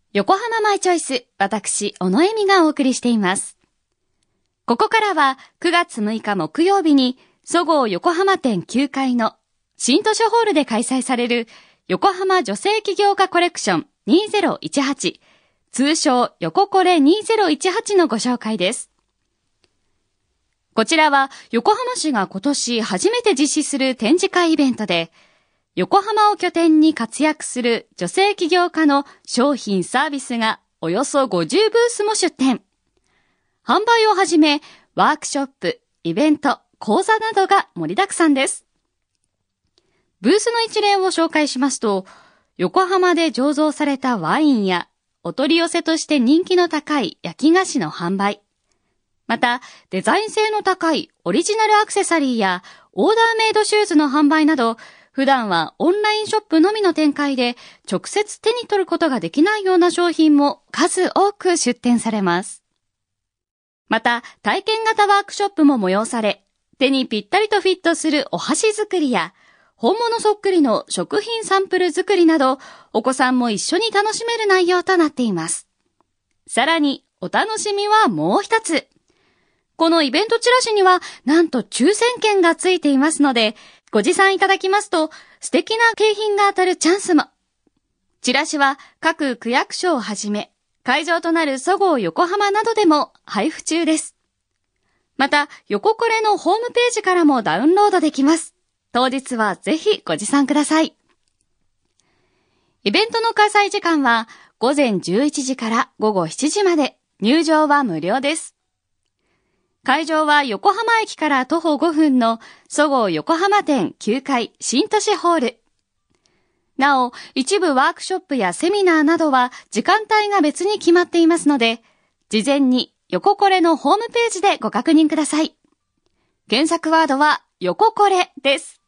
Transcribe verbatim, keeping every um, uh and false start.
横浜マイチョイス、私、小野恵美がお送りしています。ここからはくがつむいか木曜日に、そごう横浜店きゅうかいの新図書ホールで開催される横浜女性起業家コレクションにせんじゅうはち、通称横コレにせんじゅうはちのご紹介です。こちらは横浜市が今年初めて実施する展示会イベントで、横浜を拠点に活躍する女性起業家の商品サービスがおよそごじゅうブースも出展。販売をはじめ、ワークショップ、イベント、講座などが盛りだくさんです。ブースの一例を紹介しますと、横浜で醸造されたワインや、お取り寄せとして人気の高い焼き菓子の販売。また、デザイン性の高いオリジナルアクセサリーや、オーダーメイドシューズの販売など、普段はオンラインショップのみの展開で、直接手に取ることができないような商品も数多く出展されます。また、体験型ワークショップも催され、手にぴったりとフィットするお箸作りや、本物そっくりの食品サンプル作りなど、お子さんも一緒に楽しめる内容となっています。さらに、お楽しみはもう一つ。このイベントチラシには、なんと抽選券がついていますので、ご持参いただきますと、素敵な景品が当たるチャンスも。チラシは各区役所をはじめ、会場となるそごう横浜などでも配布中です。また、横コレのホームページからもダウンロードできます。当日はぜひご持参ください。イベントの開催時間はごぜんじゅういちじからごごしちじまで、入場は無料です。会場は横浜駅から徒歩ごふんのそごう横浜店きゅうかい新都市ホール。なお、一部ワークショップやセミナーなどは時間帯が別に決まっていますので、事前に横コレのホームページでご確認ください。検索ワードは横コレです。